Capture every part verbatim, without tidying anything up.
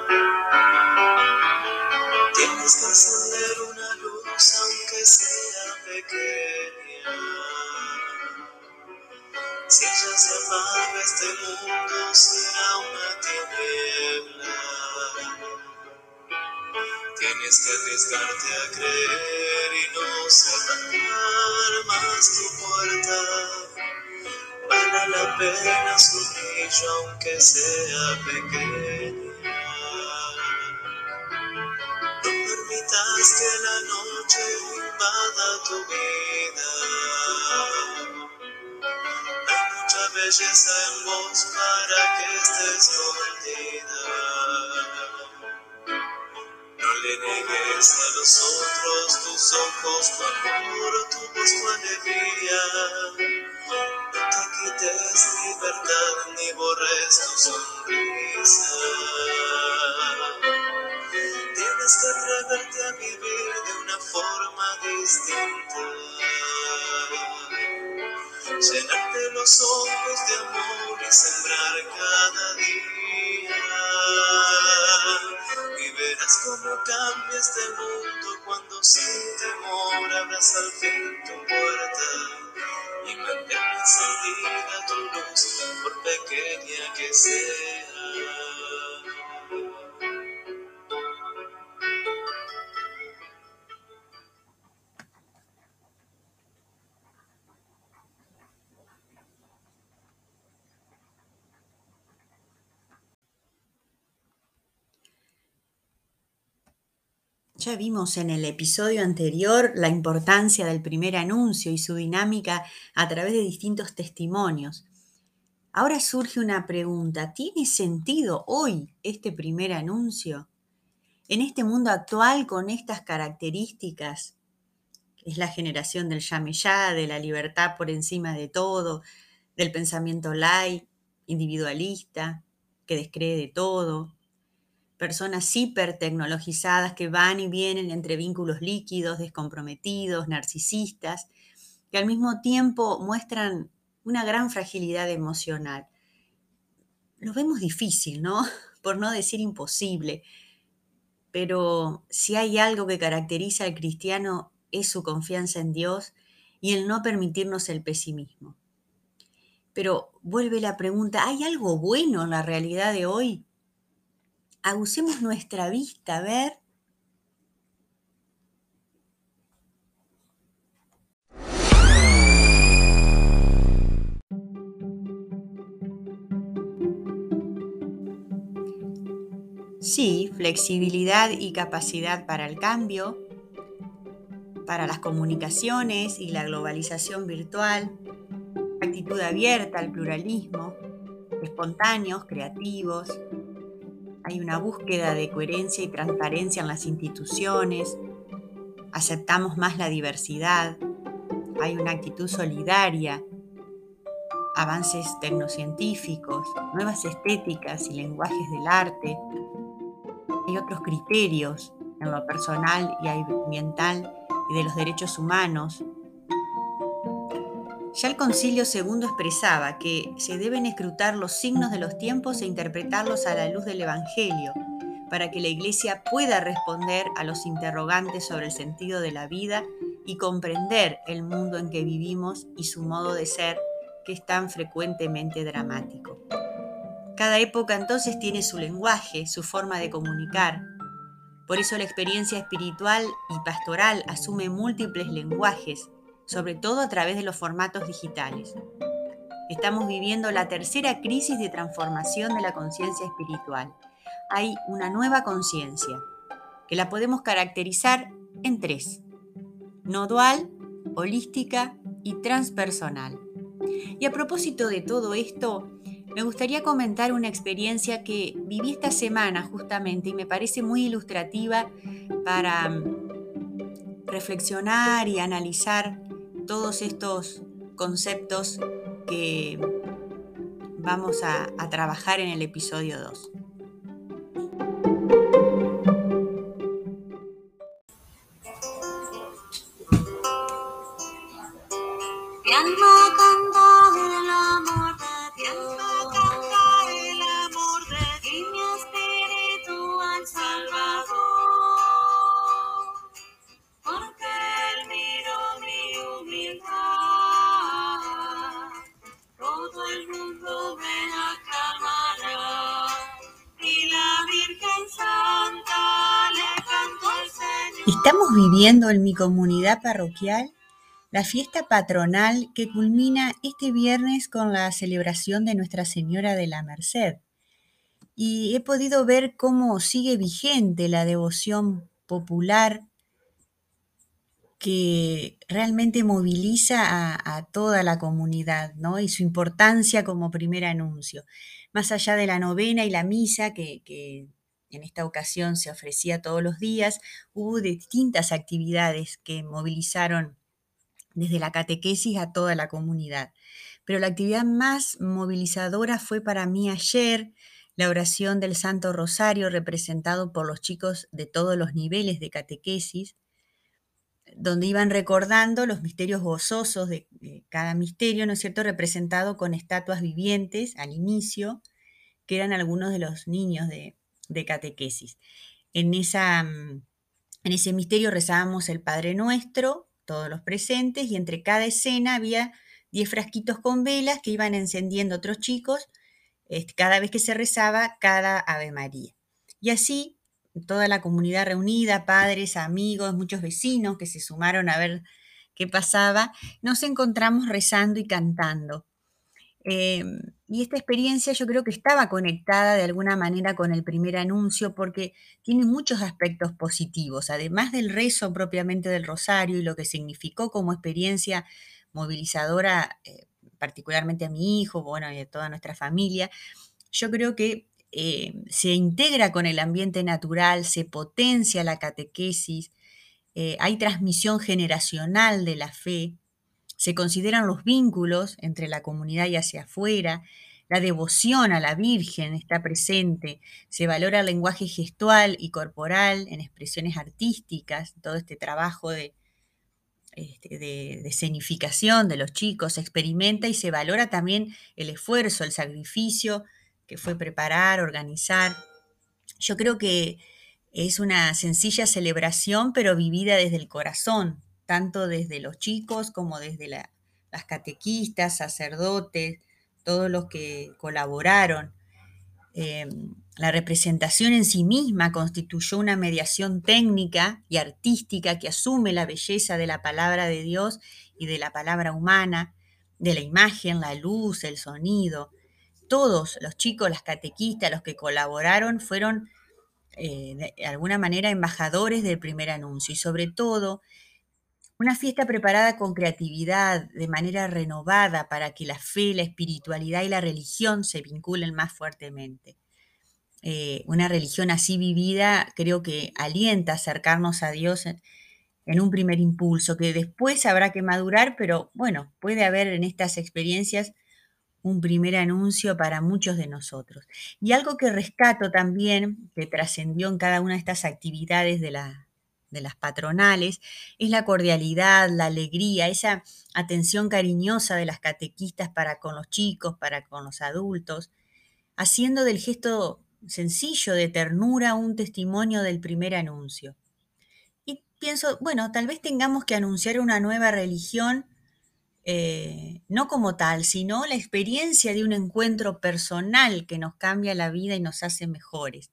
Tienes que encender una luz aunque sea pequeña. Si ella se apaga, este mundo será una tiniebla. Tienes que arriesgarte a creer y no cerrar más tu puerta. Vale la pena su brillo aunque sea pequeña. No permitas que la noche invada tu vida. Hay mucha belleza en vos para que esté escondida. No le niegues a los otros tus ojos, tu amor, tu voz, tu alegría. No te quites libertad ni borres tu sonrisa. Tienes que atreverte a vivir de una forma distinta. Llenarte los ojos de amor y sembrar cada día. Y verás cómo cambia este mundo cuando sin temor abras al fin tu puerta. Y mantén encendida tu luz, por pequeña que sea. Ya vimos en el episodio anterior la importancia del primer anuncio y su dinámica a través de distintos testimonios. Ahora surge una pregunta, ¿tiene sentido hoy este primer anuncio? En este mundo actual con estas características, es la generación del llame ya, de la libertad por encima de todo, del pensamiento light, individualista, que descree de todo, personas hipertecnologizadas que van y vienen entre vínculos líquidos, descomprometidos, narcisistas, que al mismo tiempo muestran una gran fragilidad emocional. Lo vemos difícil, ¿no? Por no decir imposible. Pero si hay algo que caracteriza al cristiano es su confianza en Dios y el no permitirnos el pesimismo. Pero vuelve la pregunta, ¿hay algo bueno en la realidad de hoy? Agucemos nuestra vista a ver. Sí, flexibilidad y capacidad para el cambio, para las comunicaciones y la globalización virtual, actitud abierta al pluralismo, espontáneos, creativos. Hay una búsqueda de coherencia y transparencia en las instituciones, aceptamos más la diversidad, hay una actitud solidaria, avances tecnocientíficos, nuevas estéticas y lenguajes del arte. Hay otros criterios en lo personal y ambiental y de los derechos humanos. Ya el Concilio segundo expresaba que se deben escrutar los signos de los tiempos e interpretarlos a la luz del Evangelio, para que la Iglesia pueda responder a los interrogantes sobre el sentido de la vida y comprender el mundo en que vivimos y su modo de ser, que es tan frecuentemente dramático. Cada época entonces tiene su lenguaje, su forma de comunicar. Por eso la experiencia espiritual y pastoral asume múltiples lenguajes, sobre todo a través de los formatos digitales. Estamos viviendo la tercera crisis de transformación de la conciencia espiritual. Hay una nueva conciencia, que la podemos caracterizar en tres: no dual, holística y transpersonal. Y a propósito de todo esto, me gustaría comentar una experiencia que viví esta semana justamente y me parece muy ilustrativa para reflexionar y analizar todos estos conceptos que vamos a, a trabajar en el episodio dos. Estamos viviendo en mi comunidad parroquial la fiesta patronal que culmina este viernes con la celebración de Nuestra Señora de la Merced. Y he podido ver cómo sigue vigente la devoción popular que realmente moviliza a, a toda la comunidad, ¿no? Y su importancia como primer anuncio. Más allá de la novena y la misa, que, que en esta ocasión se ofrecía todos los días, hubo distintas actividades que movilizaron desde la catequesis a toda la comunidad. Pero la actividad más movilizadora fue para mí ayer la oración del Santo Rosario, representado por los chicos de todos los niveles de catequesis, donde iban recordando los misterios gozosos de, de cada misterio, ¿no es cierto?, representado con estatuas vivientes al inicio, que eran algunos de los niños de, de catequesis. En, esa, en ese misterio rezábamos el Padre Nuestro, todos los presentes, y entre cada escena había diez frasquitos con velas que iban encendiendo otros chicos, este, cada vez que se rezaba cada Ave María. Y así toda la comunidad reunida, padres, amigos, muchos vecinos que se sumaron a ver qué pasaba, nos encontramos rezando y cantando. Eh, y esta experiencia yo creo que estaba conectada de alguna manera con el primer anuncio porque tiene muchos aspectos positivos, además del rezo propiamente del rosario y lo que significó como experiencia movilizadora, eh, particularmente a mi hijo, bueno, y a toda nuestra familia. Yo creo que eh, se integra con el ambiente natural, se potencia la catequesis, eh, hay transmisión generacional de la fe, se consideran los vínculos entre la comunidad y hacia afuera, la devoción a la Virgen está presente, se valora el lenguaje gestual y corporal en expresiones artísticas, todo este trabajo de, este, de, de escenificación de los chicos, se experimenta y se valora también el esfuerzo, el sacrificio que fue preparar, organizar. Yo creo que es una sencilla celebración, pero vivida desde el corazón, tanto desde los chicos como desde la, las catequistas, sacerdotes, todos los que colaboraron. Eh, la representación en sí misma constituyó una mediación técnica y artística que asume la belleza de la palabra de Dios y de la palabra humana, de la imagen, la luz, el sonido. Todos los chicos, las catequistas, los que colaboraron, fueron eh, de alguna manera embajadores del primer anuncio y sobre todo una fiesta preparada con creatividad, de manera renovada para que la fe, la espiritualidad y la religión se vinculen más fuertemente. Eh, una religión así vivida creo que alienta a acercarnos a Dios en, en un primer impulso, que después habrá que madurar, pero bueno, puede haber en estas experiencias un primer anuncio para muchos de nosotros. Y algo que rescato también, que trascendió en cada una de estas actividades de, la, de las patronales, es la cordialidad, la alegría, esa atención cariñosa de las catequistas para con los chicos, para con los adultos, haciendo del gesto sencillo de ternura un testimonio del primer anuncio. Y pienso, bueno, tal vez tengamos que anunciar una nueva religión, eh, no como tal, sino la experiencia de un encuentro personal que nos cambia la vida y nos hace mejores.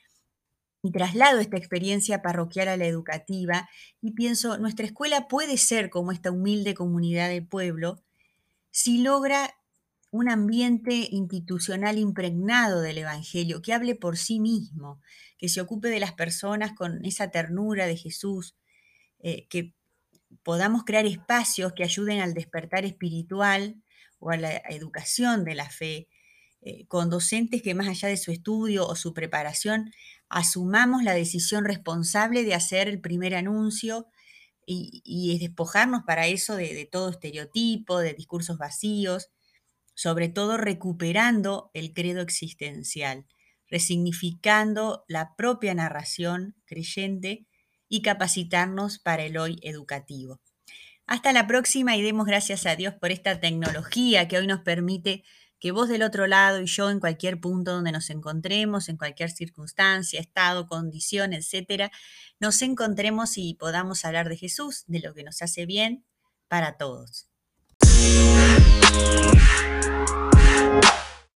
Y traslado esta experiencia parroquial a la educativa y pienso, nuestra escuela puede ser como esta humilde comunidad de pueblo si logra un ambiente institucional impregnado del Evangelio, que hable por sí mismo, que se ocupe de las personas con esa ternura de Jesús, eh, que podamos crear espacios que ayuden al despertar espiritual o a la educación de la fe, eh, con docentes que más allá de su estudio o su preparación, asumamos la decisión responsable de hacer el primer anuncio y, y despojarnos para eso de, de todo estereotipo, de discursos vacíos, sobre todo recuperando el credo existencial, resignificando la propia narración creyente y capacitarnos para el hoy educativo. Hasta la próxima y demos gracias a Dios por esta tecnología que hoy nos permite que vos del otro lado y yo en cualquier punto donde nos encontremos, en cualquier circunstancia, estado, condición, etcétera, nos encontremos y podamos hablar de Jesús, de lo que nos hace bien para todos.